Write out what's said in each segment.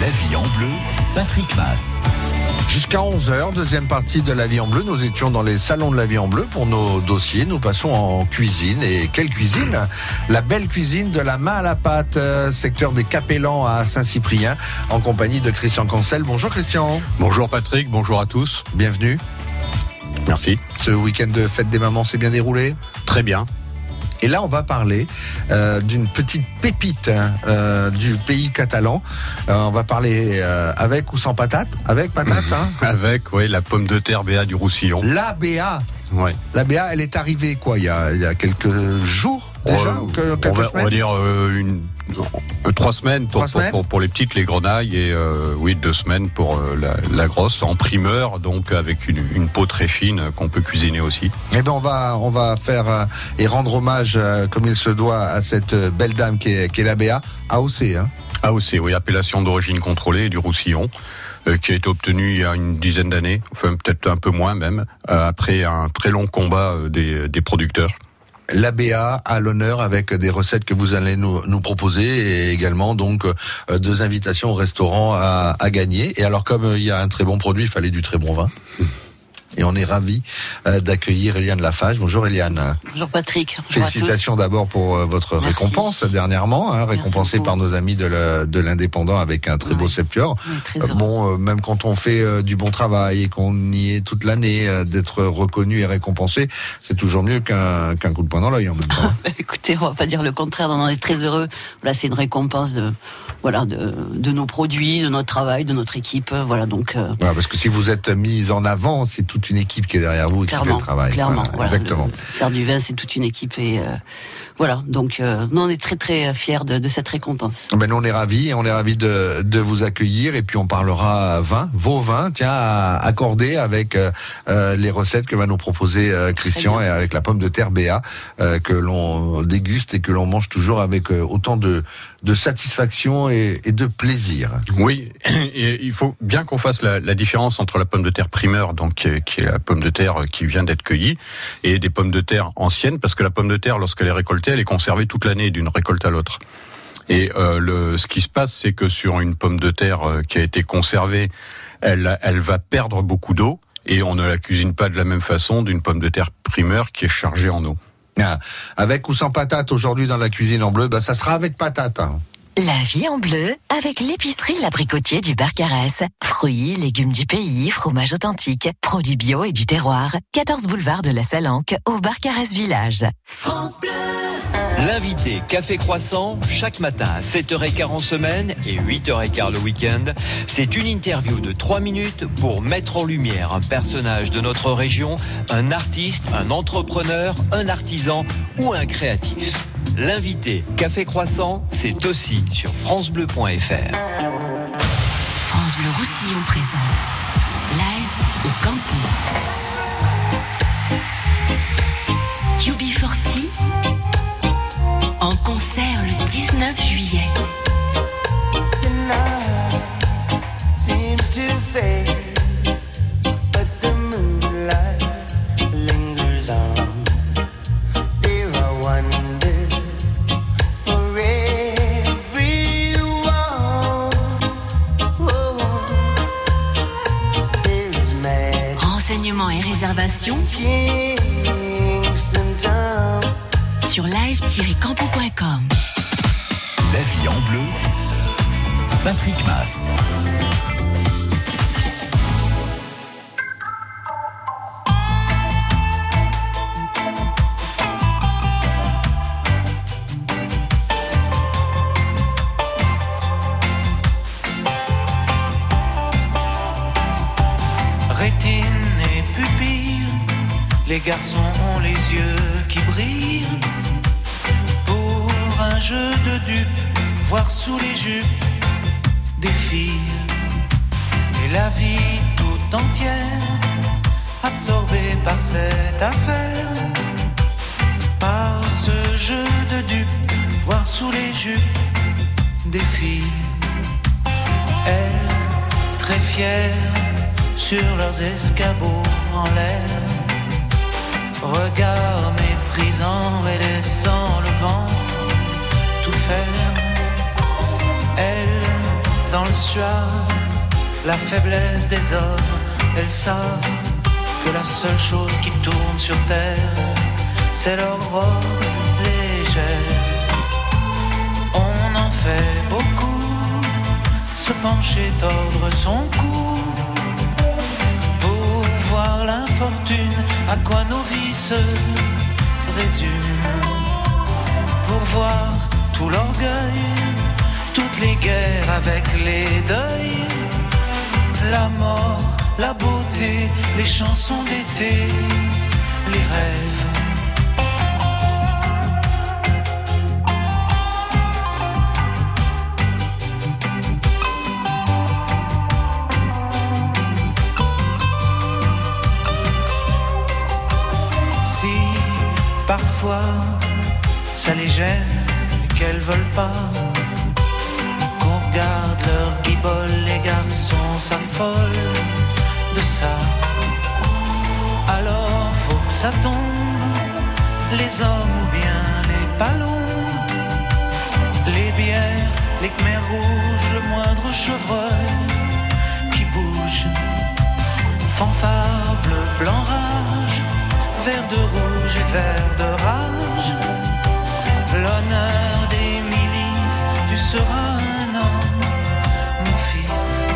La vie en bleu, Patrick Mas. Jusqu'à 11h, deuxième partie de La vie en bleu. Nous étions dans les salons de La vie en bleu pour nos dossiers. Nous passons en cuisine. Et quelle cuisine? La belle cuisine de la main à la pâte, secteur des Capellans à Saint-Cyprien, en compagnie de Christian Cancel. Bonjour Christian. Bonjour Patrick, bonjour à tous. Bienvenue. Merci. Ce week-end de fête des mamans s'est bien déroulé? Très bien. Et là, on va parler d'une petite pépite du pays catalan. On va parler avec ou sans patate? Avec patate, hein? Avec, oui, la pomme de terre Béa du Roussillon. La Béa. Ouais. La Béa, elle est arrivée quoi, il y a quelques jours déjà, ou quelques semaines? On va dire 3 semaines pour les petites, les grenailles, et 2 semaines pour la grosse, en primeur, donc avec une peau très fine qu'on peut cuisiner aussi. Eh ben on va faire et rendre hommage comme il se doit à cette belle dame qui est la Béa, AOC, hein? AOC, oui, appellation d'origine contrôlée du Roussillon. Qui a été obtenu il y a une dizaine d'années, enfin peut-être un peu moins même, après un très long combat des producteurs. La Béa à l'honneur avec des recettes que vous allez nous proposer, et également donc 2 invitations au restaurant à gagner. Et alors, comme il y a un très bon produit, il fallait du très bon vin. Et on est ravis d'accueillir Eliane Lafage. Bonjour Eliane. Bonjour Patrick. Bonjour. Félicitations d'abord pour votre récompense dernièrement, récompensée par nos amis de l'Indépendant avec un très beau septuor. Même quand on fait du bon travail et qu'on y est toute l'année, d'être reconnu et récompensé, c'est toujours mieux qu'un coup de poing dans l'œil en même temps. Écoutez, on va pas dire le contraire, on en est très heureux. Voilà, c'est une récompense de nos produits, de notre travail, de notre équipe. Voilà, donc. Parce que si vous êtes mise en avant, c'est toute une équipe qui est derrière vous et qui fait le travail. Clairement, exactement. Faire du vin, c'est toute une équipe et donc nous on est très très fiers de cette récompense. Ben nous on est ravis de vous accueillir, et puis on parlera vin, vos vins, à accorder avec les recettes que va nous proposer Christian, et avec la pomme de terre Béa que l'on déguste et que l'on mange toujours avec autant de satisfaction et de plaisir. Oui, et il faut bien qu'on fasse la différence entre la pomme de terre primeur, donc qui est la pomme de terre qui vient d'être cueillie, et des pommes de terre anciennes, parce que la pomme de terre, lorsqu'elle est récoltée, elle est conservée toute l'année d'une récolte à l'autre. Et ce qui se passe, c'est que sur une pomme de terre qui a été conservée, elle va perdre beaucoup d'eau, et on ne la cuisine pas de la même façon d'une pomme de terre primeur qui est chargée en eau. Avec ou sans patate aujourd'hui dans la cuisine en bleu, ça sera avec patate. La vie en bleu avec l'épicerie L'Abricotier du Barcarès. Fruits, légumes du pays, fromage authentique, produits bio et du terroir. 14 boulevard de la Salanque au Barcarès Village. France Bleu. L'invité Café Croissant, chaque matin à 7h15 en semaine et 8h15 le week-end. C'est une interview de 3 minutes pour mettre en lumière un personnage de notre région, un artiste, un entrepreneur, un artisan ou un créatif. L'invité Café Croissant, c'est aussi sur francebleu.fr. France Bleu Roussillon présente Live au Campo. UB40 en concert le 19 juillet. Renseignements et réservations sur live-campo.com. La vie en bleu, Patrick Mas. Rétine et pupille, les garçons ont les yeux qui brillent. Pour un jeu de dupes, voir sous les jupes des filles. Et la vie tout entière, absorbée par cette affaire. Par ce jeu de dupes, voir sous les jupes des filles. Elles, très fières, sur leurs escabeaux en l'air, regard méprisant et laissant le vent tout faire. Elle, dans le suave, la faiblesse des hommes, elles savent que la seule chose qui tourne sur terre, c'est leur robe légère. On en fait beaucoup, se pencher, tordre son cou, pour voir l'infortune, à quoi nos vies se résument, pour voir tout l'orgueil, toutes les guerres avec les deuils, la mort, la beauté, les chansons d'été, les rêves. Si parfois ça les gêne et qu'elles veulent pas qu'on regarde leur guibole, les garçons s'affolent de ça. Alors faut que ça tombe, les hommes ou bien les ballons, les bières, les khmers rouges, le moindre chevreuil qui bouge, fanfare bleu, blanc, rage, vert de rouge et vert de rage, l'honneur des milices, tu seras un homme, mon fils.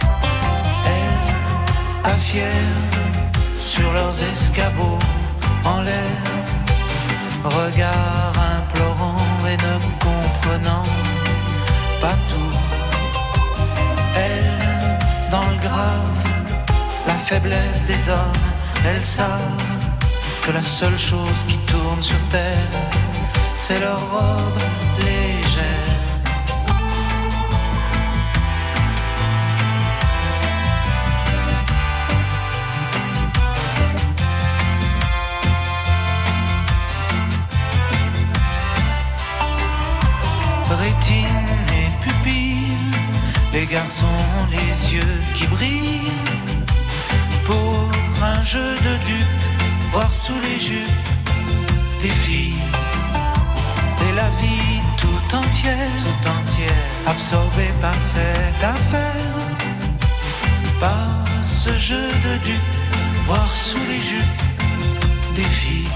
Elle, à fière, sur leurs escabeaux, en l'air, regard implorant et ne comprenant pas tout. Elle, dans le grave, la faiblesse des hommes, elles savent que la seule chose qui tourne sur terre, c'est leur robe légère. Rétine et pupille, les garçons ont les yeux qui brillent, pour un jeu de dupes, voir sous les jupes des filles. Et la vie tout entière, absorbée par cette affaire, par ce jeu de dupes, voir sous les jupes des filles.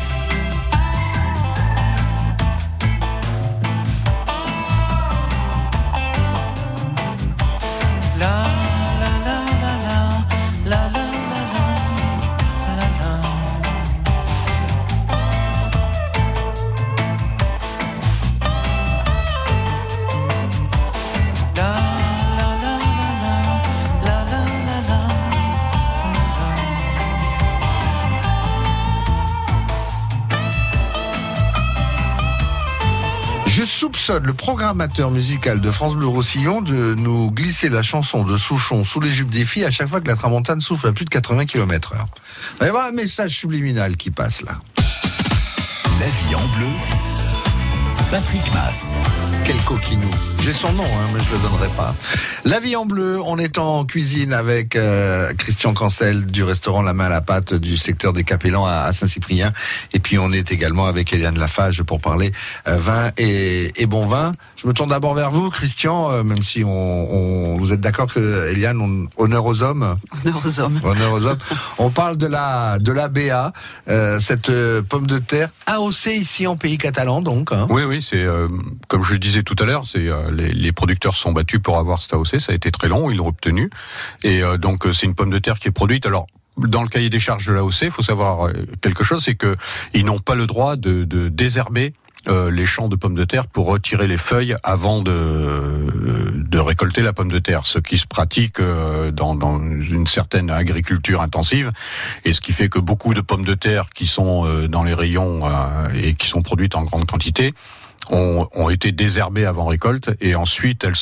Je soupçonne le programmateur musical de France Bleu Roussillon de nous glisser la chanson de Souchon sous les jupes des filles à chaque fois que la tramontane souffle à plus de 80 km/h. Il va y avoir un message subliminal qui passe là. La vie en bleu, Patrick Mas. Quel coquinou. J'ai son nom, mais je le donnerai pas. La vie en bleu, on est en cuisine avec Christian Cancel du restaurant La Main à la Pâte du secteur des Capellans à Saint-Cyprien. Et puis on est également avec Eliane Lafage pour parler vin et bon vin. Je me tourne d'abord vers vous, Christian, même si vous êtes d'accord que Eliane, honneur aux hommes. Honneur aux hommes. Honneur aux hommes. On parle de la BA, cette pomme de terre AOC ici en pays catalan, donc. Hein. Oui, c'est comme je le disais tout à l'heure, c'est les producteurs se sont battus pour avoir cette AOC, ça a été très long, ils l'ont obtenu, et donc c'est une pomme de terre qui est produite. Alors dans le cahier des charges de l'AOC, il faut savoir quelque chose, c'est que ils n'ont pas le droit de désherber les champs de pommes de terre pour retirer les feuilles avant de récolter la pomme de terre, ce qui se pratique dans une certaine agriculture intensive, et ce qui fait que beaucoup de pommes de terre qui sont dans les rayons et qui sont produites en grande quantité ont été désherbées avant récolte, et ensuite elles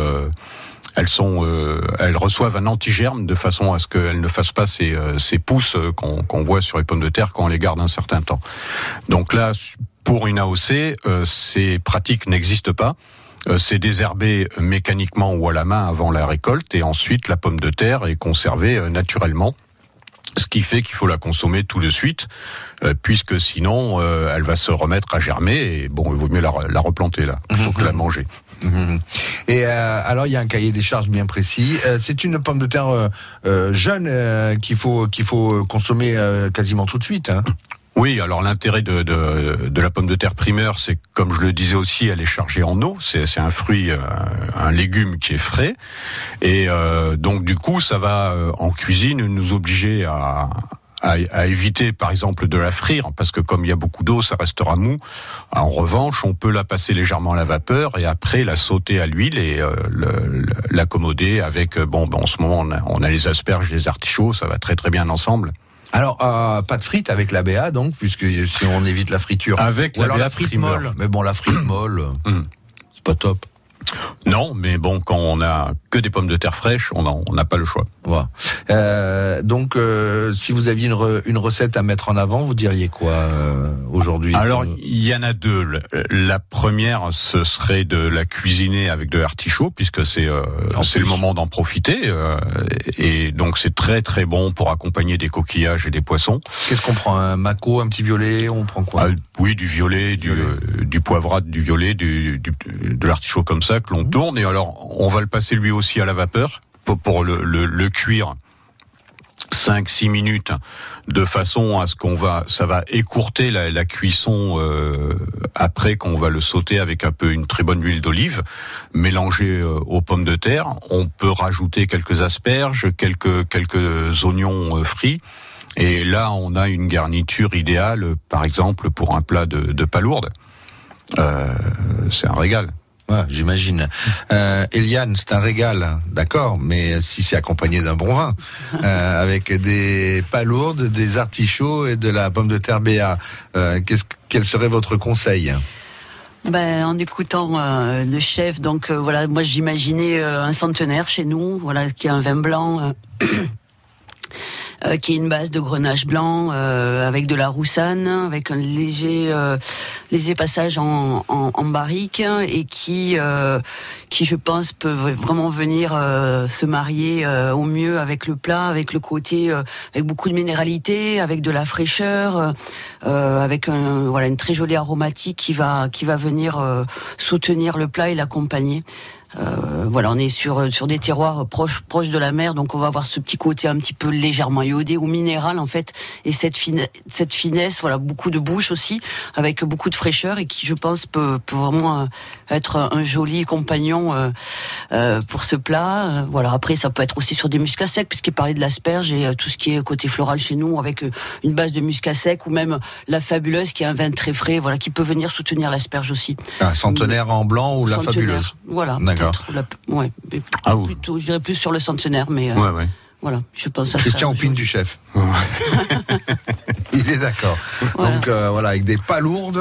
reçoivent un antigerme de façon à ce qu'elles ne fassent pas ces pousses qu'on voit sur les pommes de terre quand on les garde un certain temps. Donc là, pour une AOC, ces pratiques n'existent pas. C'est désherbé mécaniquement ou à la main avant la récolte, et ensuite la pomme de terre est conservée naturellement. Ce qui fait qu'il faut la consommer tout de suite, puisque sinon elle va se remettre à germer et bon, il vaut mieux la replanter là, plutôt que la manger. Et alors il y a un cahier des charges bien précis. C'est une pomme de terre jeune qu'il faut consommer quasiment tout de suite. Hein. Oui, alors l'intérêt de la pomme de terre primeur, c'est comme je le disais aussi, elle est chargée en eau. C'est un fruit, un légume qui est frais, et donc du coup, ça va en cuisine nous obliger à éviter, par exemple, de la frire, parce que comme il y a beaucoup d'eau, ça restera mou. En revanche, on peut la passer légèrement à la vapeur et après la sauter à l'huile et l'accommoder avec. En ce moment, on a les asperges, les artichauts, ça va très très bien ensemble. Alors, pas de frites avec la BA, donc, puisque si on évite la friture. Avec ou alors la frite primeur. molle. Mais bon, la frite molle, c'est pas top. Non, mais bon, quand on a que des pommes de terre fraîches, on n'a pas le choix. Voilà. Donc, si vous aviez une recette à mettre en avant, vous diriez quoi aujourd'hui? Alors, il y en a deux. La première, ce serait de la cuisiner avec de l'artichaut, puisque c'est le moment d'en profiter. Et donc, c'est très très bon pour accompagner des coquillages et des poissons. Qu'est-ce qu'on prend? Un mako, un petit violet? On prend quoi? Oui, du violet, du poivrade, du violet, de l'artichaut comme ça, que l'on tourne. Et alors, on va le passer lui aussi à la vapeur pour le cuire 5-6 minutes, de façon à ce ça va écourter la cuisson après qu'on va le sauter avec une très bonne huile d'olive, mélangée aux pommes de terre. On peut rajouter quelques asperges, quelques oignons frits. Et là, on a une garniture idéale, par exemple, pour un plat de palourde. C'est un régal. Ouais, j'imagine. Eliane, c'est un régal, d'accord, mais si c'est accompagné d'un bon vin, avec des palourdes, des artichauts et de la pomme de terre BA, quel serait votre conseil? En écoutant le chef, donc voilà, moi j'imaginais un centenaire chez nous, voilà, qui est un vin blanc. Qui est une base de grenache blanc avec de la roussanne, avec un léger passage en barrique et qui je pense peut vraiment venir se marier au mieux avec le plat, avec le côté avec beaucoup de minéralité, avec de la fraîcheur, avec une très jolie aromatique qui va venir soutenir le plat et l'accompagner. On est sur des terroirs proches de la mer, donc on va avoir ce petit côté un petit peu légèrement iodé ou minéral en fait, et cette finesse, voilà, beaucoup de bouche aussi, avec beaucoup de fraîcheur et qui je pense peut vraiment être un joli compagnon pour ce plat. Après ça peut être aussi sur des muscats secs, puisqu'il parlait de l'asperge et tout ce qui est côté floral chez nous, avec une base de muscat sec, ou même la fabuleuse qui est un vin très frais, voilà, qui peut venir soutenir l'asperge aussi. Un centenaire en blanc ou la fabuleuse. Voilà. D'accord. Plutôt, je dirais plus sur le centenaire, mais voilà, je pense à Christian opine du chef. Il est d'accord. Voilà. Donc avec des palourdes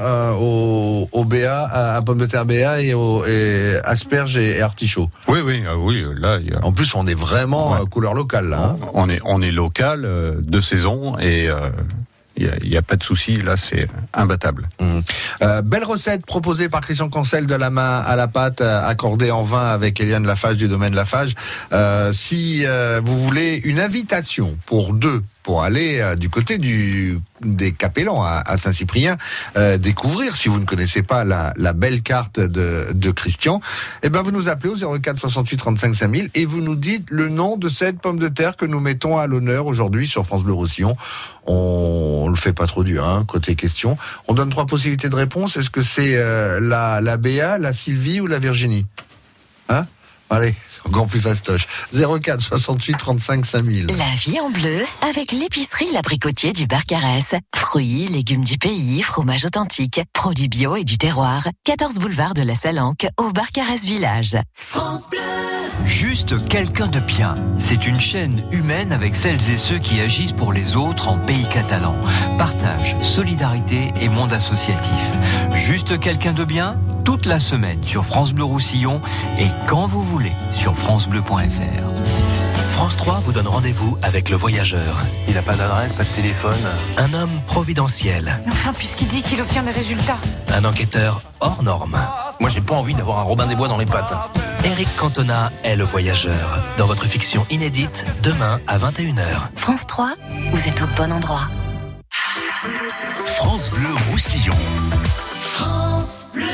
au BA, à pomme de terre BA et asperges et artichauts. Oui, là. En plus, on est vraiment couleur locale là. Hein. On est local, de saison, et il n'y a pas de souci, là c'est imbattable. Belle recette proposée par Christian Cancel, de la main à la pâte, accordée en vin avec Eliane Lafage du domaine Lafage. Si vous voulez une invitation pour deux, pour aller du côté des Capellans à Saint-Cyprien, découvrir, si vous ne connaissez pas la belle carte de Christian, vous nous appelez au 04 68 35 5000 et vous nous dites le nom de cette pomme de terre que nous mettons à l'honneur aujourd'hui sur France Bleu Roussillon. On le fait pas trop dur, hein, côté question. On donne 3 possibilités de réponse. Est-ce que c'est la Béa, la Sylvie ou la Virginie? Hein? Allez, encore plus fastoche. 04 68 35 5000. La vie en bleu avec l'épicerie L'Abricotier du Barcarès. Fruits, légumes du pays, fromage authentique, produits bio et du terroir. 14 boulevard de la Salanque au Barcarès Village. France Bleu. Juste quelqu'un de bien. C'est une chaîne humaine avec celles et ceux qui agissent pour les autres en pays catalan. Partage, solidarité et monde associatif. Juste quelqu'un de bien, toute la semaine sur France Bleu Roussillon et quand vous voulez sur francebleu.fr. France 3 vous donne rendez-vous avec le voyageur. Il n'a pas d'adresse, pas de téléphone. Un homme providentiel. Enfin, puisqu'il dit qu'il obtient des résultats. Un enquêteur hors norme. Moi, j'ai pas envie d'avoir un Robin des Bois dans les pattes. Éric Cantona est le voyageur. Dans votre fiction inédite, demain à 21h. France 3, vous êtes au bon endroit. France Bleu Roussillon. France Bleu.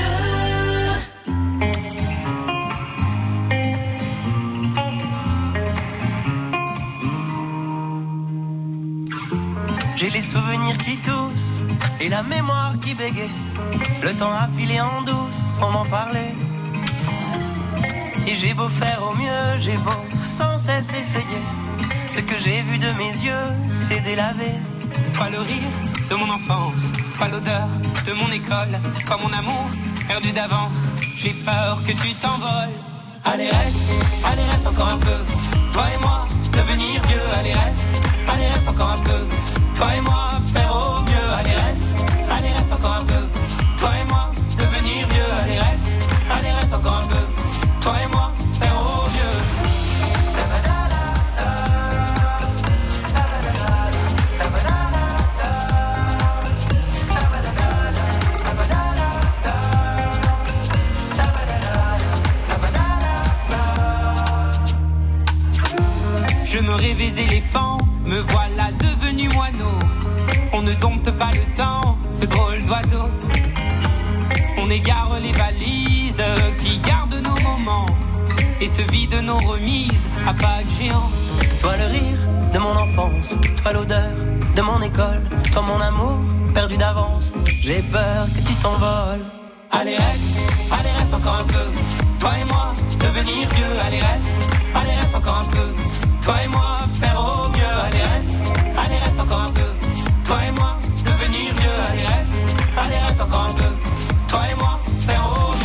J'ai les souvenirs qui toussent et la mémoire qui bégaye. Le temps a filé en douce sans m'en parler. Et j'ai beau faire au mieux, j'ai beau sans cesse essayer. Ce que j'ai vu de mes yeux, c'est délavé. Toi le rire de mon enfance, toi l'odeur de mon école, toi mon amour perdu d'avance. J'ai peur que tu t'envoles. Allez reste encore un peu. Toi et moi, devenir vieux. Allez reste encore un peu. Toi et moi, faire au mieux. Allez reste encore un peu. Toi et moi, devenir vieux. Allez reste encore un peu. Toi et moi, faire au mieux. Je me rêvais éléphant, me voilà devenu moineau. On ne dompte pas le temps, ce drôle d'oiseau. On égare les valises qui gardent nos moments et se vide nos remises à pas de géant. Toi le rire de mon enfance, toi l'odeur de mon école, toi mon amour perdu d'avance. J'ai peur que tu t'envoles. Allez reste encore un peu. Toi et moi, devenir vieux. Allez reste encore un peu. Toi et moi, faire au mieux. Allez reste encore un peu. Toi et moi, devenir vieux. Allez reste encore un peu. Toi et moi, faire au mieux.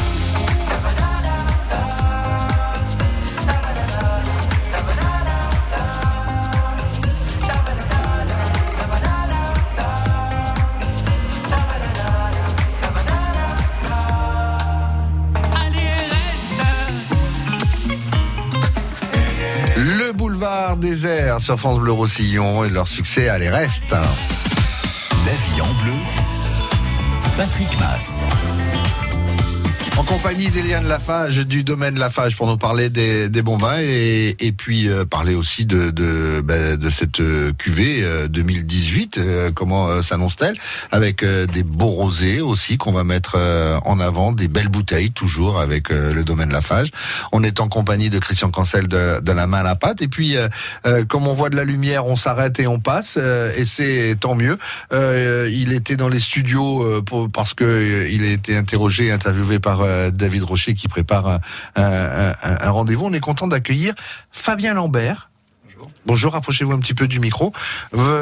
Le boulevard désert sur France Bleu Roussillon et leur succès, allez reste. La vie en bleu. Patrick Mass. En compagnie d'Éliane Lafage du domaine Lafage pour nous parler des bons vins et puis parler aussi de cette cuvée 2018. Comment s'annonce-t-elle avec des beaux rosés aussi qu'on va mettre en avant, des belles bouteilles toujours avec le domaine Lafage. On est en compagnie de Christian Cancel de la main à la pâte et puis comme on voit de la lumière, on s'arrête et on passe et c'est tant mieux. Il était dans les studios parce que il a été interrogé, interviewé par David Rocher qui prépare un rendez-vous. On est content d'accueillir Fabien Lambert. Bonjour. Bonjour, rapprochez-vous un petit peu du micro. Profession ?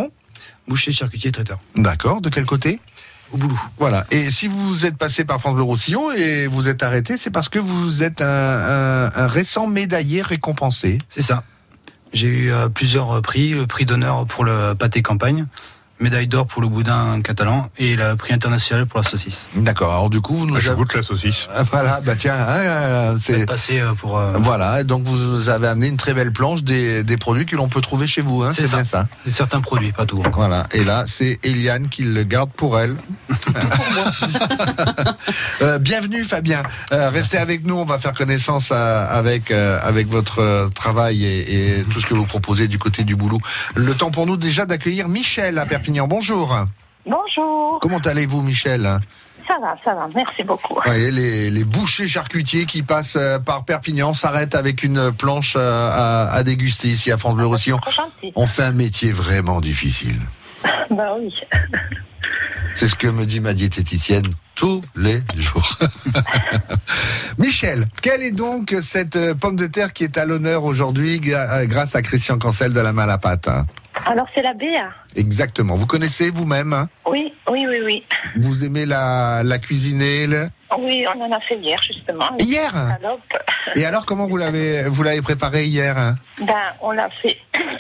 Boucher, charcutier, traiteur. D'accord, de quel côté ? Au Boulou. Voilà, et si vous êtes passé par France Bleu Roussillon et vous êtes arrêté, c'est parce que vous êtes un récent médaillé récompensé. C'est ça. J'ai eu plusieurs prix, le prix d'honneur pour le pâté campagne, médaille d'or pour le boudin catalan et le prix international pour la saucisse. D'accord. Alors du coup, vous nous je goûte la saucisse. Voilà, bah tiens, c'est passé pour. Voilà, donc vous avez amené une très belle planche des produits que l'on peut trouver chez vous. C'est ça. Bien ça. Certains produits, pas tout. Voilà. Et là, c'est Eliane qui le garde pour elle. Bienvenue Fabien. Restez avec nous. On va faire connaissance avec votre travail et tout ce que vous proposez du côté du Boulou. Le temps pour nous déjà d'accueillir Michel à Perpignan. Bonjour. Bonjour. Comment allez-vous, Michel ? Ça va, merci beaucoup. Ouais, les bouchers charcutiers qui passent par Perpignan s'arrêtent avec une planche à déguster ici à France Bleu Roussillon. On fait un métier vraiment difficile. Bah oui. C'est ce que me dit ma diététicienne tous les jours. Michel, quelle est donc cette pomme de terre qui est à l'honneur aujourd'hui grâce à Christian Cancel de la main à la pâte ? Alors c'est la Béa. Exactement. Vous connaissez vous-même ? Oui. Vous aimez la cuisiner Oui, on en a fait hier justement. Hier ? Et alors comment vous l'avez préparé hier ? Ben on l'a fait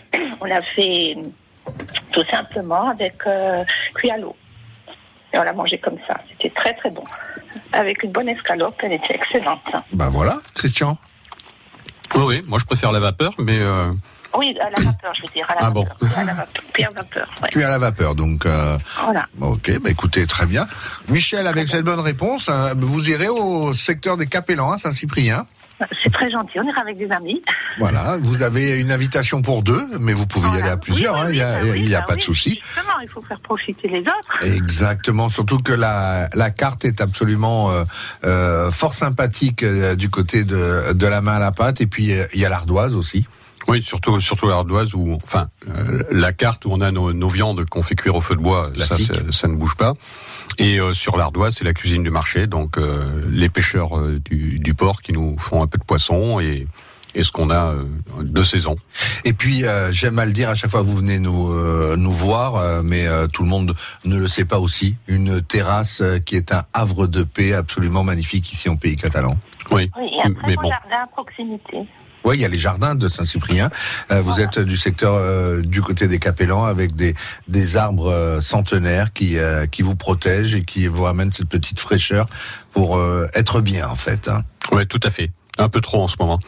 tout simplement avec cuit à l'eau. Et on l'a mangé comme ça. C'était très très bon. Avec une bonne escalope, elle était excellente. Ben voilà, Christian. Oui, moi je préfère la vapeur, mais... Oui, à la vapeur, je veux dire. À la vapeur. Bon. À la vapeur. Cuit à vapeur. Ouais. Cuit à la vapeur, donc. Voilà. Ok, écoutez, très bien. Michel, avec cette bonne réponse, vous irez au secteur des Capellans, à Saint-Cyprien. C'est très gentil, on ira avec des amis. Voilà, vous avez une invitation pour 2, mais vous pouvez y aller à plusieurs, il n'y a pas de souci. Justement, il faut faire profiter les autres. Exactement, surtout que la carte est absolument fort sympathique du côté de la main à la pâte, et puis il y a l'ardoise aussi. Oui, surtout l'ardoise où, la carte où on a nos viandes qu'on fait cuire au feu de bois, ça ne bouge pas. Et sur l'ardoise, c'est la cuisine du marché, donc les pêcheurs du port qui nous font un peu de poisson et ce qu'on a de saison. Et puis, j'aime à le dire, à chaque fois que vous venez nous voir, mais tout le monde ne le sait pas aussi, une terrasse qui est un havre de paix absolument magnifique ici en pays catalan. Oui, il y a un très beau jardin à proximité. Oui, il y a les jardins de Saint-Cyprien. Vous êtes du secteur du côté des Capellans avec des arbres centenaires qui vous protègent et qui vous amènent cette petite fraîcheur pour être bien en fait. Hein. Oui, tout à fait. Un peu trop en ce moment.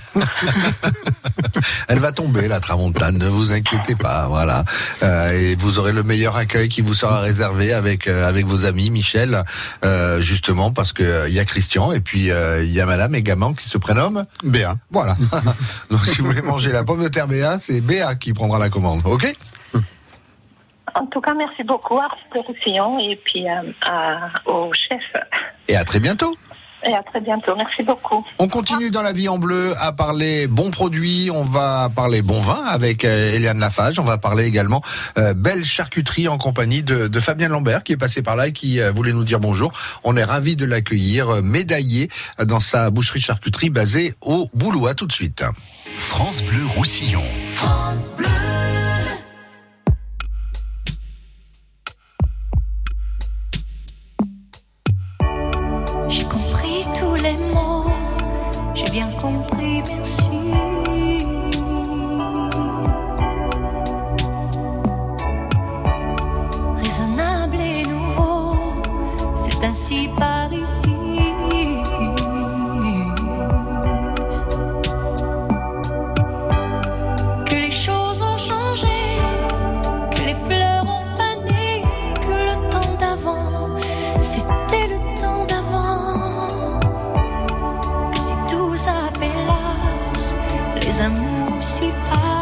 Elle va tomber, la tramontane, ne vous inquiétez pas, voilà. Et vous aurez le meilleur accueil qui vous sera réservé avec vos amis, Michel, justement parce que il y a Christian et puis il y a Madame également qui se prénomme Béa. Voilà. Donc si vous voulez manger la pomme de terre Béa, c'est Béa qui prendra la commande, ok ? En tout cas, merci beaucoup à Roussillon et puis au chef. Et à très bientôt. Et à très bientôt, merci beaucoup. On continue dans La Vie en Bleu à parler bons produits, on va parler bon vin avec Eliane Lafage, on va parler également belle charcuterie en compagnie de Fabien Lambert qui est passé par là et qui voulait nous dire bonjour. On est ravis de l'accueillir, médaillé dans sa boucherie charcuterie basée au Boulot. À tout de suite. France Bleu Roussillon. France Bleu. J'ai compris tous les mots, j'ai bien compris, merci. Raisonnable et nouveau, c'est ainsi par ici. Que les choses ont changé, que les fleurs ont fané, que le temps d'avant, c'était le temps d'avant. Que si tout s'appelasse, les amours s'y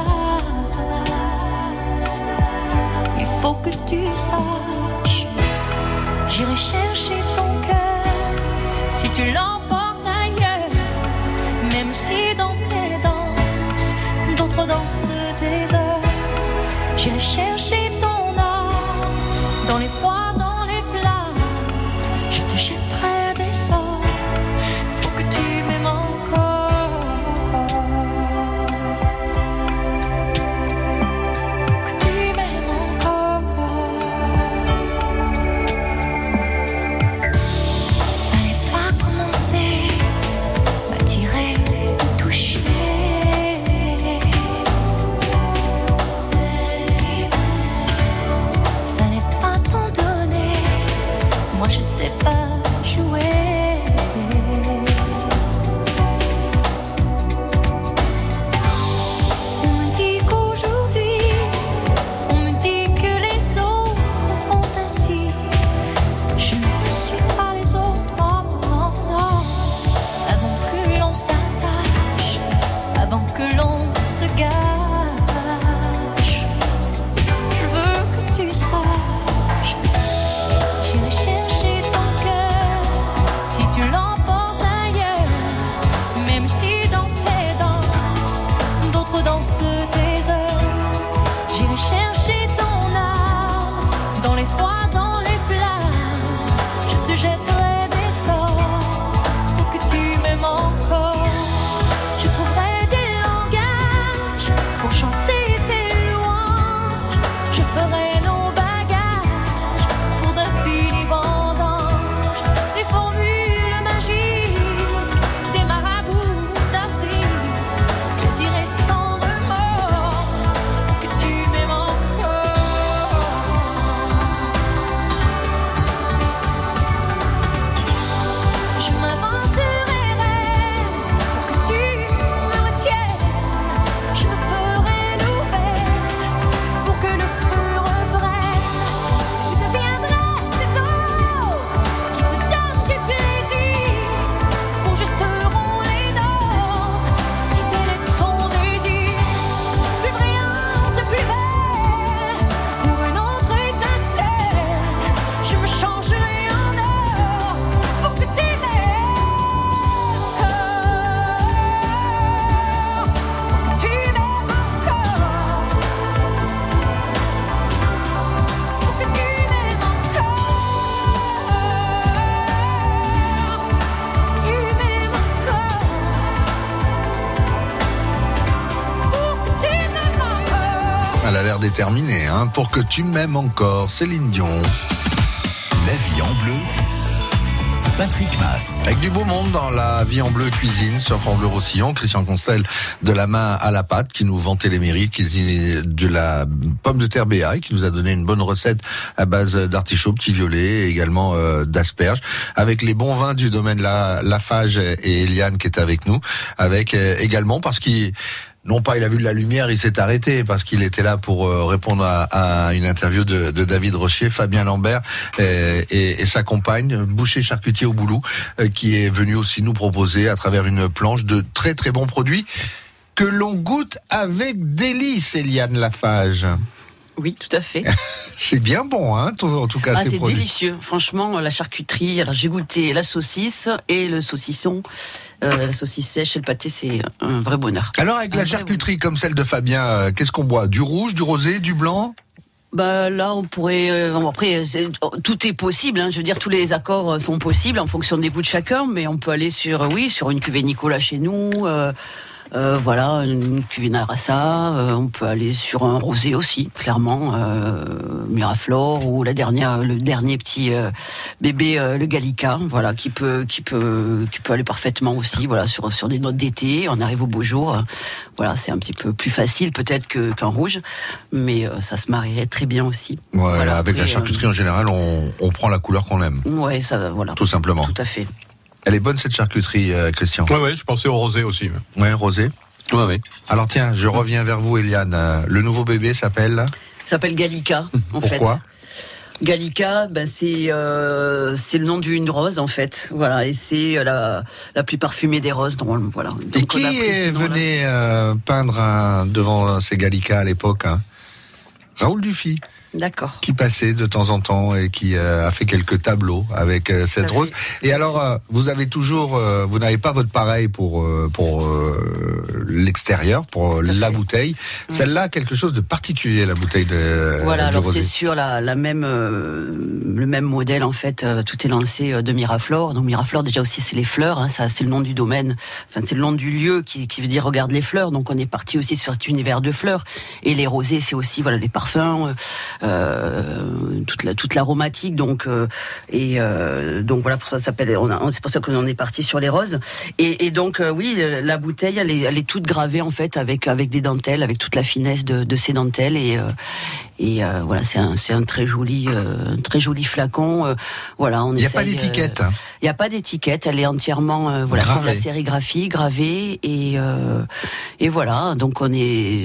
passent. Il faut que tu saches, j'irai chercher ton cœur si tu l'emportes ailleurs. Même si dans tes danses, d'autres dansent des heures. J'irai chercher ton âme dans les froids, dans les flammes. Je te jetterai des sorts pour que tu m'aimes encore. Pour que tu m'aimes encore. Fallait pas commencer, m'attirer, me toucher. l'air déterminé, hein, pour que tu m'aimes encore, Céline Dion. La vie en bleu, Patrick Mas. Avec du beau monde dans la vie en bleu cuisine sur France Bleu Roussillon, Christian Concel de la main à la pâte qui nous vantait les mérites, qui est de la pomme de terre béa et qui nous a donné une bonne recette à base d'artichaut, petit violet et également d'asperges, avec les bons vins du domaine Lafage et Eliane qui est avec nous, avec également parce qu'il non pas il a vu de la lumière, il s'est arrêté parce qu'il était là pour répondre à une interview de David Rochier, Fabien Lambert et sa compagne, boucher charcutier au Boulou, qui est venu aussi nous proposer à travers une planche de très très bons produits que l'on goûte avec délice, Eliane Lafage. Oui, tout à fait. C'est bien bon, hein, en tout cas, ces c'est produits. C'est délicieux. Franchement, la charcuterie, alors j'ai goûté la saucisse et le saucisson. La saucisse sèche et le pâté, c'est un vrai bonheur. Alors, avec la charcuterie comme celle de Fabien, qu'est-ce qu'on boit? Du rouge, du rosé, du blanc? Bah là, on pourrait. Après, tout est possible. Hein, je veux dire, tous les accords sont possibles en fonction des goûts de chacun. Mais on peut aller sur une cuvée Nicolas chez nous. Voilà, une cuvée Narassa, on peut aller sur un rosé aussi, clairement, Miraflore ou le dernier petit bébé, le Gallica, voilà, qui peut aller parfaitement aussi, voilà, sur des notes d'été. On arrive au beau jour, voilà, c'est un petit peu plus facile peut-être qu'un rouge, mais ça se marierait très bien aussi. Ouais, voilà, avec après, la charcuterie en général, on prend la couleur qu'on aime. Ouais, ça, voilà. Tout simplement. Tout à fait. Elle est bonne cette charcuterie, Christian. Ouais, je pensais au rosé aussi. Ouais, rosé. Ouais. Alors tiens, je reviens vers vous, Eliane. Le nouveau bébé s'appelle Gallica, en fait. Pourquoi ? Gallica, c'est le nom d'une rose en fait, voilà, et c'est la plus parfumée des roses, donc, voilà. Donc, et qui venait peindre devant ces Gallicas à l'époque, hein ? Raoul Dufy. D'accord. Qui passait de temps en temps et qui a fait quelques tableaux avec cette rose. Et alors, vous avez toujours, vous n'avez pas votre pareil pour l'extérieur, pour la bouteille. Celle-là a quelque chose de particulier, la bouteille de. Voilà, alors rosé. c'est sur le même modèle en fait. Tout est lancé de Miraflore. Donc Miraflore déjà aussi c'est les fleurs. Hein, ça c'est le nom du domaine. Enfin c'est le nom du lieu qui veut dire regarde les fleurs. Donc on est parti aussi sur cet univers de fleurs. Et les rosés c'est aussi voilà les parfums. Toute l'aromatique donc voilà pour ça s'appelle c'est pour ça qu'on est parti sur les roses et donc oui la bouteille elle est toute gravée en fait avec des dentelles, avec toute la finesse de ces dentelles et voilà c'est un très joli flacon voilà. Il n'y a pas d'étiquette. Il n'y a pas d'étiquette, elle est entièrement sur la sérigraphie gravée et voilà donc on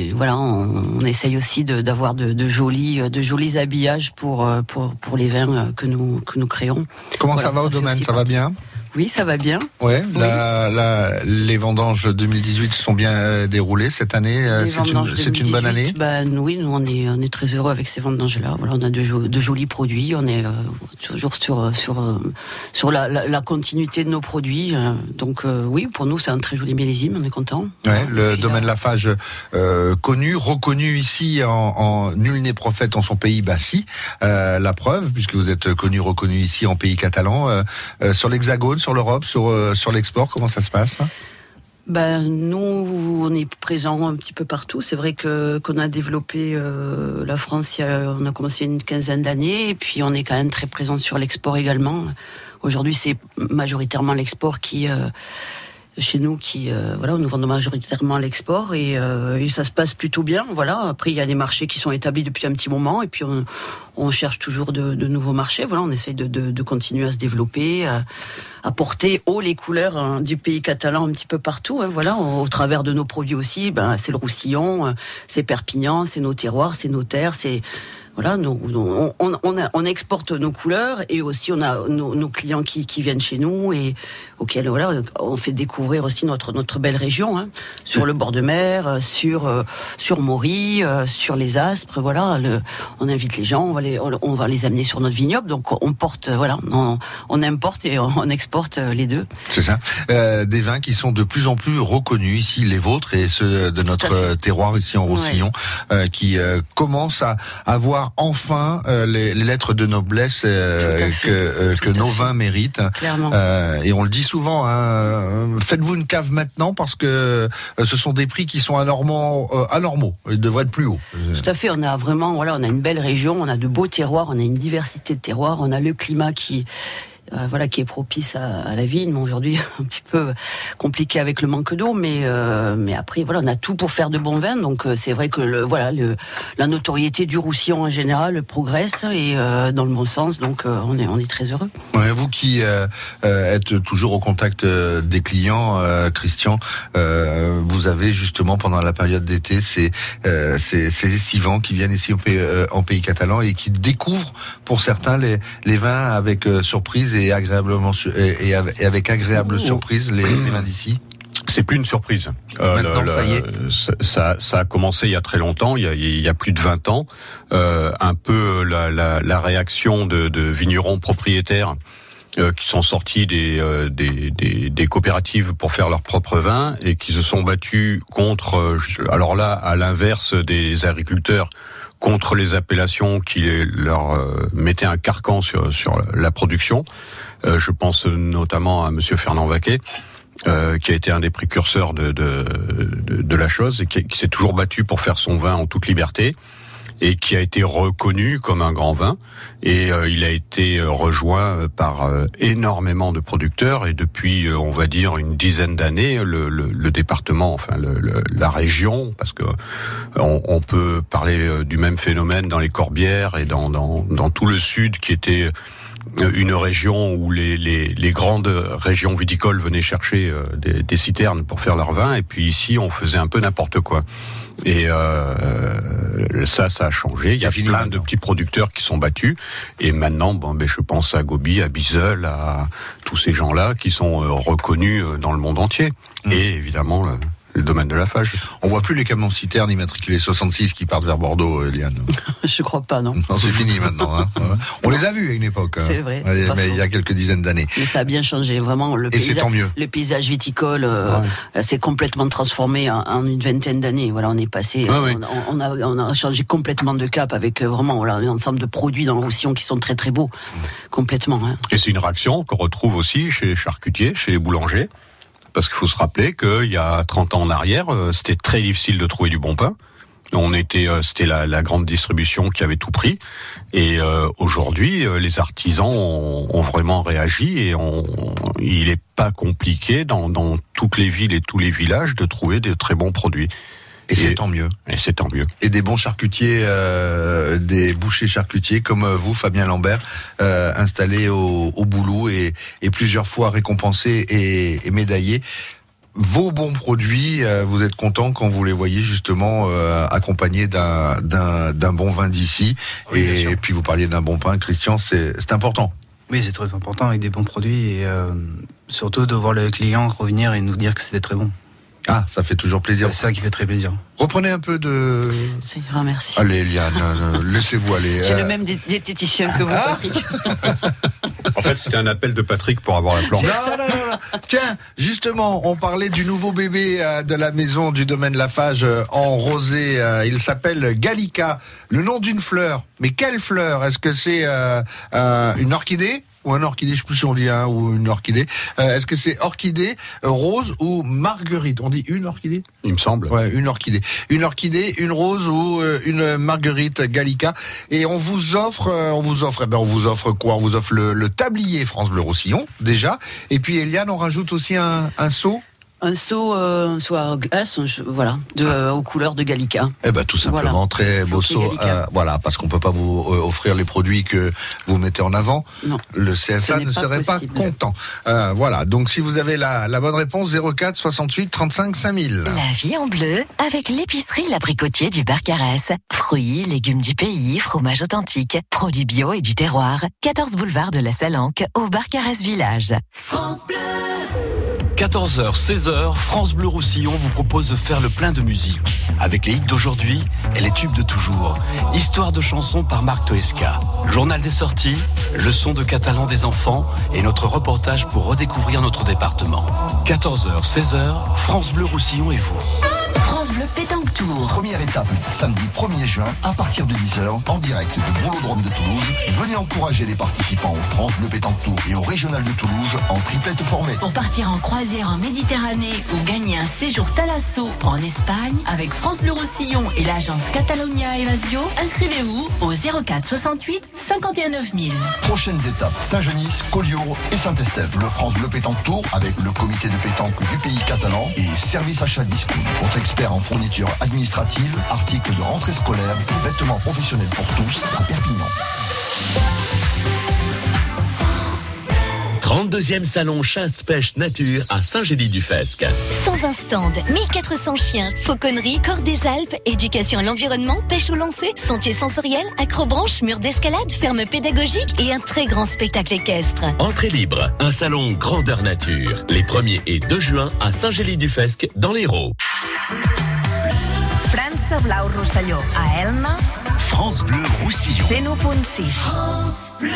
essaye aussi d'avoir de jolis habillages pour les vins que nous créons. Comment ça va au domaine? Ça va bien? Oui, ça va bien. Ouais, les vendanges 2018 se sont bien déroulées cette année. C'est une bonne année. Oui, nous on est très heureux avec ces vendanges-là. Voilà, on a de jolis produits. On est toujours sur la continuité de nos produits. Donc oui, pour nous c'est un très joli millésime. On est content. Ouais, le domaine Lafage connu, reconnu ici en nul n'est prophète en son pays. Bah si, la preuve puisque vous êtes reconnu ici en pays catalan sur l'Hexagone. Sur l'Europe, sur l'export, comment ça se passe? Nous, on est présent un petit peu partout. C'est vrai qu'on a développé la France, on a commencé une quinzaine d'années, et puis on est quand même très présent sur l'export également. Aujourd'hui, c'est majoritairement l'export qui chez nous nous vendons majoritairement à l'export et ça se passe plutôt bien. Voilà. Après, il y a des marchés qui sont établis depuis un petit moment et puis on cherche toujours de nouveaux marchés. Voilà, on essaye de continuer à se développer, à porter haut les couleurs du pays catalan un petit peu partout. Hein, voilà, au travers de nos produits aussi. C'est le Roussillon, c'est Perpignan, c'est nos terroirs, c'est nos terres, c'est voilà, on exporte nos couleurs et aussi on a nos clients qui viennent chez nous et auxquels on fait découvrir aussi notre belle région, hein, sur le bord de mer, sur Maury, sur les Aspres, voilà. On invite les gens, on va les amener sur notre vignoble, donc on porte, on importe et on exporte les deux. C'est ça. Des vins qui sont de plus en plus reconnus ici, les vôtres et ceux de notre terroir ici en Roussillon, qui commencent à avoir avoir enfin les lettres de noblesse que nos vins méritent. Et on le dit souvent, hein, faites-vous une cave maintenant parce que ce sont des prix qui sont anormaux. Ils devraient être plus hauts. Tout à fait. On a vraiment, on a une belle région, on a de beaux terroirs, on a une diversité de terroirs, on a le climat qui est propice à la vigne. Bon, aujourd'hui, un petit peu compliqué avec le manque d'eau, mais après, on a tout pour faire de bons vins. Donc, c'est vrai que la notoriété du Roussillon en général progresse et dans le bon sens. Donc, on est très heureux. Ouais, vous qui êtes toujours au contact des clients, Christian, vous avez justement pendant la période d'été ces estivants qui viennent ici en pays catalan et qui découvrent pour certains les vins avec surprise et agréablement et avec agréable surprise les vins d'ici. C'est plus une surprise. Maintenant, ça y est. Ça a commencé il y a très longtemps, il y a plus de 20 ans. Un peu la réaction de vignerons propriétaires qui sont sortis des coopératives pour faire leur propre vin et qui se sont battus contre, alors là, à l'inverse des agriculteurs, contre les appellations qui leur mettaient un carcan sur la production. Je pense notamment à Monsieur Fernand Vaquet, qui a été un des précurseurs de la chose et qui s'est toujours battu pour faire son vin en toute liberté et qui a été reconnu comme un grand vin. Et il a été rejoint par énormément de producteurs et depuis, on va dire, une dizaine d'années, le département, enfin la région, parce que on peut parler du même phénomène dans les Corbières et dans tout le sud qui était une région où les grandes régions viticoles venaient chercher des citernes pour faire leur vin, et puis ici on faisait un peu n'importe quoi. Et ça a changé. Il y a plein de petits producteurs qui sont battus, et maintenant, je pense à Gobi, à Bizel, à tous ces gens-là qui sont reconnus dans le monde entier. Et évidemment le domaine de la Fage. On voit plus les camions citernes immatriculés 66 qui partent vers Bordeaux, Eliane. Je crois pas, non. Non, c'est fini maintenant. Hein. On les a vus à une époque. C'est vrai. Mais il y a quelques dizaines d'années. Mais ça a bien changé, vraiment. C'est tant mieux. Le paysage viticole s'est complètement transformé en une vingtaine d'années. Voilà, on est passé. On a changé complètement de cap avec vraiment un ensemble de produits dans le Roussillon qui sont très très beaux, complètement. Hein. Et c'est une réaction qu'on retrouve aussi chez les charcutiers, chez les boulangers. Parce qu'il faut se rappeler qu'il y a 30 ans en arrière, c'était très difficile de trouver du bon pain. C'était la grande distribution qui avait tout pris. Et aujourd'hui, les artisans ont vraiment réagi et il n'est pas compliqué dans toutes les villes et tous les villages de trouver des très bons produits. Et c'est tant mieux. Et c'est tant mieux. Et des bons charcutiers, des bouchers charcutiers comme vous, Fabien Lambert, installés au Boulou et plusieurs fois récompensés et médaillés. Vos bons produits, vous êtes content quand vous les voyez justement accompagnés d'un bon vin d'ici. Oui, et puis vous parliez d'un bon pain, Christian, c'est important. Oui, c'est très important avec des bons produits et surtout de voir le client revenir et nous dire que c'était très bon. Ah, ça fait toujours plaisir. C'est ça qui fait très plaisir. Reprenez un peu de... C'est grand, merci. Allez, Eliane, laissez-vous aller. J'ai le même diététicien que vous, Patrick. En fait, c'était un appel de Patrick pour avoir la planche. Non. Tiens, justement, on parlait du nouveau bébé de la maison du domaine Lafage en rosé. Il s'appelle Gallica. Le nom d'une fleur. Mais quelle fleur? Est-ce que c'est une orchidée? Ou un orchidée, je sais plus si on dit ou une orchidée. Est-ce que c'est orchidée, rose ou marguerite? On dit une orchidée? Il me semble. Ouais, une orchidée. Une orchidée, une rose ou une marguerite Gallica. Et on vous offre quoi? On vous offre le tablier France Bleu Roussillon, déjà. Et puis, Eliane, on rajoute aussi un seau. Un seau à glace, aux couleurs de Gallica. Tout simplement, très beau seau. Parce qu'on peut pas vous offrir les produits que vous mettez en avant. Non. Le CSA ne serait pas content. Donc si vous avez la bonne réponse, 04 68 35 5000. La vie en bleu avec l'épicerie L'Abricotier du Barcarès. Fruits, légumes du pays, fromage authentique, produits bio et du terroir. 14 boulevard de la Salanque au Barcarès Village. France Bleu. 14h, 16h, France Bleu Roussillon vous propose de faire le plein de musique. Avec les hits d'aujourd'hui et les tubes de toujours. Histoire de chansons par Marc Toesca. Journal des sorties, leçon de catalan des enfants et notre reportage pour redécouvrir notre département. 14h, 16h, France Bleu Roussillon et vous. France Bleu Bleu Pétanque Tour. Première étape, samedi 1er juin, à partir de 10h, en direct de Boulodrome de Toulouse. Venez encourager les participants au France Bleu Pétanque Tour et au Régional de Toulouse en triplette formée. Pour partir en croisière en Méditerranée ou gagner un séjour Thalasso en Espagne avec France Bleu Roussillon et l'agence Catalonia Evasio, inscrivez-vous au 04 68 51 9000. Prochaines étapes, Saint-Genis, Collioure et Saint-Estève. Le France Bleu Pétanque Tour avec le comité de pétanque du pays catalan et service achat discount. Votre expert en fourniture administrative, articles de rentrée scolaire et vêtements professionnels pour tous à Perpignan. 32e salon chasse-pêche nature à Saint-Gély-du-Fesque. 120 stands, 1400 chiens, fauconnerie, corps des Alpes, éducation à l'environnement, pêche au lancer, sentiers sensoriels, acrobranche, murs d'escalade, ferme pédagogique et un très grand spectacle équestre. Entrée libre, un salon grandeur nature. Les 1er et 2 juin à Saint-Gély-du-Fesque dans l'Hérault. France Blau Rosselló à Elna. France Bleu Roussillon. 101.6. France Bleu.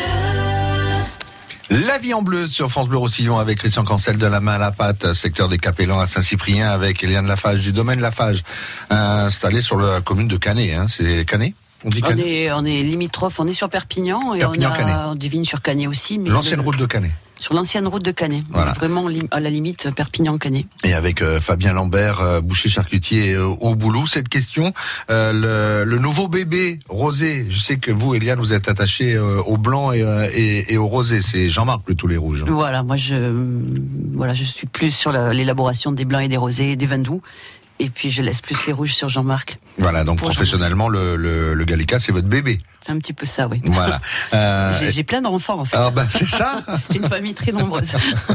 La vie en bleu sur France Bleu Roussillon avec Christian Cancel de la main à la pâte, secteur des Capellans à Saint-Cyprien avec Eliane Lafage du domaine Lafage, installé sur la commune de Canet. Hein. C'est Canet ? On dit Canet ? On est limitrophe, on est sur Perpignan et on divine sur Canet aussi. Mais l'ancienne route de Canet. Sur l'ancienne route de Canet, voilà. Vraiment à la limite Perpignan-Canet. Et avec Fabien Lambert, boucher charcutier au Boulou, cette question, le nouveau bébé rosé, je sais que vous, Eliane, vous êtes attachée au blanc et au rosé, c'est Jean-Marc plutôt les rouges. Voilà, moi je suis plus sur l'élaboration des blancs et des rosés, des vins doux. Et puis je laisse plus les rouges sur Jean-Marc. Voilà, donc professionnellement, le Gallica, c'est votre bébé. C'est un petit peu ça, oui. Voilà. J'ai plein d'enfants, en fait. Ah c'est ça. J'ai une famille très nombreuse.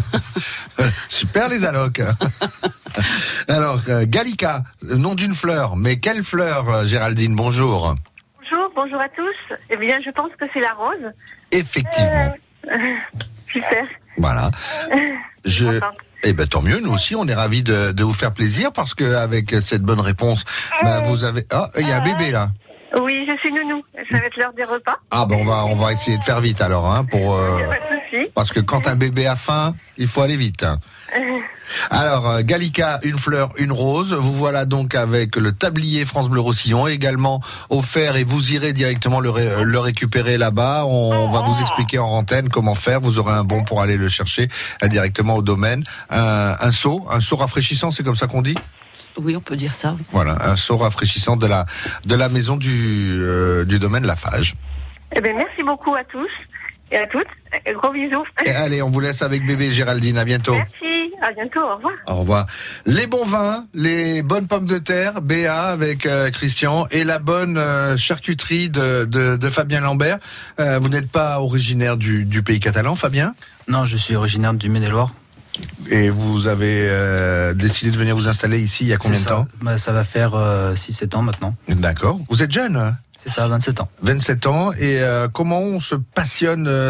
Super les allocs. Alors, Gallica, nom d'une fleur. Mais quelle fleur, Géraldine? Bonjour. Bonjour à tous. Eh bien, je pense que c'est la rose. Effectivement. Super. Voilà. Eh ben tant mieux, nous aussi on est ravis de vous faire plaisir parce que avec cette bonne réponse, vous avez il y a un bébé là. Oui, je suis nounou. Ça va être l'heure des repas. Ah ben on va essayer de faire vite alors pour parce que quand un bébé a faim, il faut aller vite. Alors, Gallica, une fleur, une rose. Vous voilà donc avec le tablier France Bleu Roussillon, également offert et vous irez directement le récupérer là-bas. On va vous expliquer en antenne comment faire. Vous aurez un bon pour aller le chercher directement au domaine. Un seau rafraîchissant, c'est comme ça qu'on dit ? Oui, on peut dire ça. Oui. Voilà, un seau rafraîchissant de la maison du domaine Lafage. Eh bien, merci beaucoup à tous et à toutes. Gros bisous. Et allez, on vous laisse avec bébé Géraldine. À bientôt. Merci. À bientôt. Au revoir. Au revoir. Les bons vins, les bonnes pommes de terre, Béa avec Christian et la bonne charcuterie de Fabien Lambert. Vous n'êtes pas originaire du pays catalan, Fabien ? Non, je suis originaire du Maine-et-Loire. Et vous avez décidé de venir vous installer ici il y a combien de temps ? Ça va faire 6-7 ans maintenant. D'accord. Vous êtes jeune ? C'est ça, 27 ans. 27 ans. Et comment on se passionne ?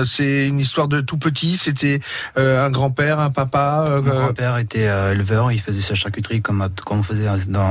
C'est une histoire de tout petit ? C'était un grand-père, un papa Mon grand-père était éleveur, il faisait sa charcuterie comme on faisait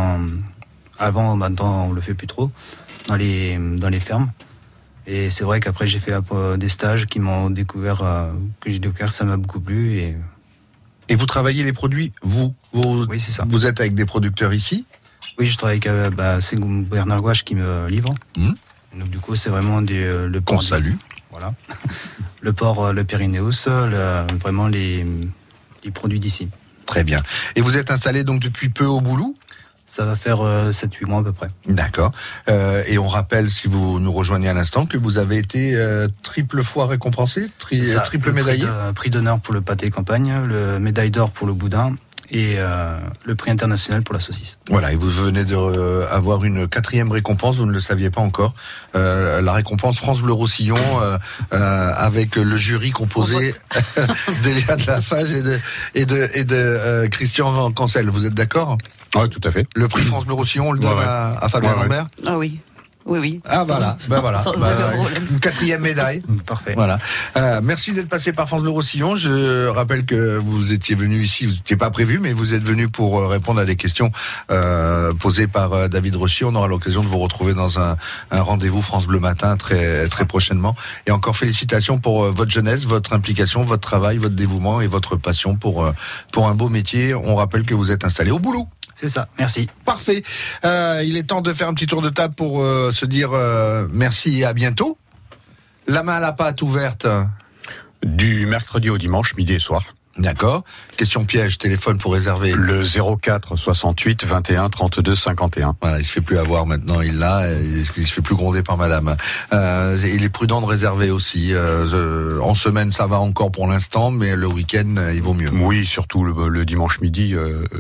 avant, maintenant on le fait plus trop, dans les fermes. Et c'est vrai qu'après j'ai fait des stages qui m'ont découvert, ça m'a beaucoup plu. Et vous travaillez les produits, vous Oui, c'est ça. Vous êtes avec des producteurs ici ? Oui, je travaille avec c'est Bernard Gouache qui me livre. Donc du coup, c'est vraiment le porc. Qu'on salue. Voilà. Le porc, le Pyrénéus, vraiment les produits d'ici. Très bien. Et vous êtes installé donc depuis peu au Boulou ? Ça va faire 7-8 mois à peu près. D'accord. Et on rappelle, si vous nous rejoignez à l'instant, que vous avez été triple fois récompensé, triple médaillé. Prix d'honneur pour le pâté campagne, le médaille d'or pour le boudin et le prix international pour la saucisse. Voilà, et vous venez d'avoir une 4e récompense, vous ne le saviez pas encore, la récompense France Bleu Roussillon, avec le jury composé d'Eliane Lafage et de Christian Cancel. Vous êtes d'accord ? Oui, tout à fait. Le prix France Bleu Roussillon, on le donne à Fabien Lambert ? Ah oui. Oui. Ah voilà, une 4e médaille. Parfait. Voilà. Merci d'être passé par France Bleu Roussillon. Je rappelle que vous étiez venu ici, vous n'étiez pas prévu, mais vous êtes venu pour répondre à des questions posées par David Rochier. On aura l'occasion de vous retrouver dans un rendez-vous France Bleu Matin très très prochainement. Et encore félicitations pour votre jeunesse, votre implication, votre travail, votre dévouement et votre passion pour un beau métier. On rappelle que vous êtes installé au Boulou. C'est ça, merci. Parfait. Il est temps de faire un petit tour de table pour se dire merci et à bientôt. La main à la pâte ouverte. Du mercredi au dimanche, midi et soir. D'accord. Question piège, téléphone pour réserver. Le 04 68 21 32 51. Voilà, il se fait plus avoir maintenant, il l'a, il se fait plus gronder par madame. Il est prudent de réserver aussi. En semaine, ça va encore pour l'instant, mais le week-end, il vaut mieux. Oui, surtout le dimanche midi.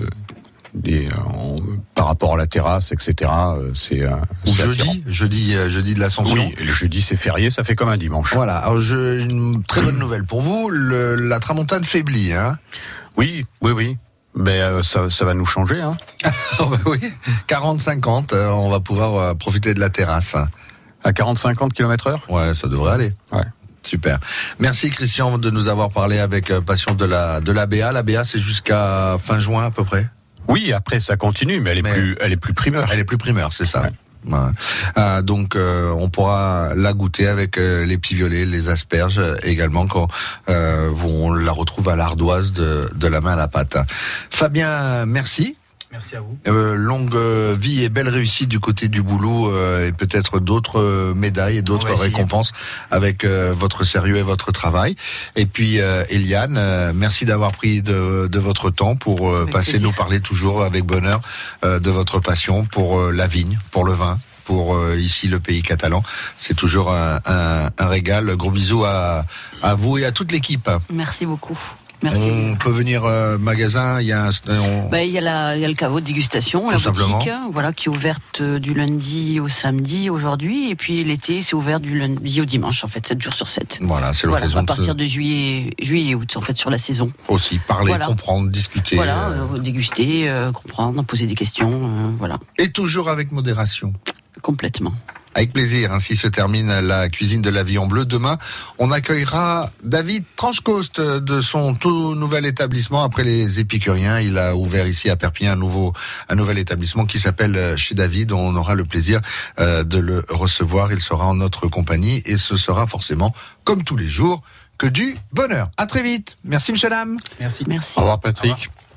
Par rapport à la terrasse, etc. Ou jeudi de l'Ascension. Oui, le jeudi c'est férié, ça fait comme un dimanche. Voilà. Alors une très bonne nouvelle pour vous, la tramontane faiblit, hein. Oui. Ben ça va nous changer, hein. Oui. 40-50, on va pouvoir profiter de la terrasse. À 40-50 km/h. Ouais, ça devrait aller. Ouais. Super. Merci Christian de nous avoir parlé avec passion de la BA. La BA c'est jusqu'à fin juin à peu près. Oui, après ça continue, mais elle est plus primeur. Elle est plus primeur, c'est ça. Ouais. Ouais. Donc on pourra la goûter avec les petits violets, les asperges également quand on la retrouve à l'ardoise de la main à la pâte. Fabien, merci. Merci à vous. Longue vie et belle réussite du côté du boulot et peut-être d'autres médailles et d'autres récompenses avec votre sérieux et votre travail. Et puis Eliane, merci d'avoir pris de votre temps pour passer nous parler toujours avec bonheur de votre passion pour la vigne, pour le vin, pour ici le pays catalan. C'est toujours un régal. Gros bisous à vous et à toute l'équipe. Merci beaucoup. Merci. On peut venir magasin, il y a il y a le caveau de dégustation, la boutique, voilà, qui est ouverte du lundi au samedi aujourd'hui, et puis l'été c'est ouvert du lundi au dimanche, en fait, 7 jours sur 7. Voilà, c'est l'occasion à partir de juillet et août, en fait, sur la saison. Aussi, parler, comprendre, discuter. Voilà, déguster, comprendre, poser des questions, voilà. Et toujours avec modération. Complètement. Avec plaisir, ainsi se termine la cuisine de la vie en bleu. Demain, on accueillera David Tranchecoste de son tout nouvel établissement. Après les Épicuriens, il a ouvert ici à Perpignan un nouvel établissement qui s'appelle Chez David. On aura le plaisir de le recevoir. Il sera en notre compagnie et ce sera forcément, comme tous les jours, que du bonheur. À très vite. Merci, monsieur, dame. Merci. Au revoir, Patrick.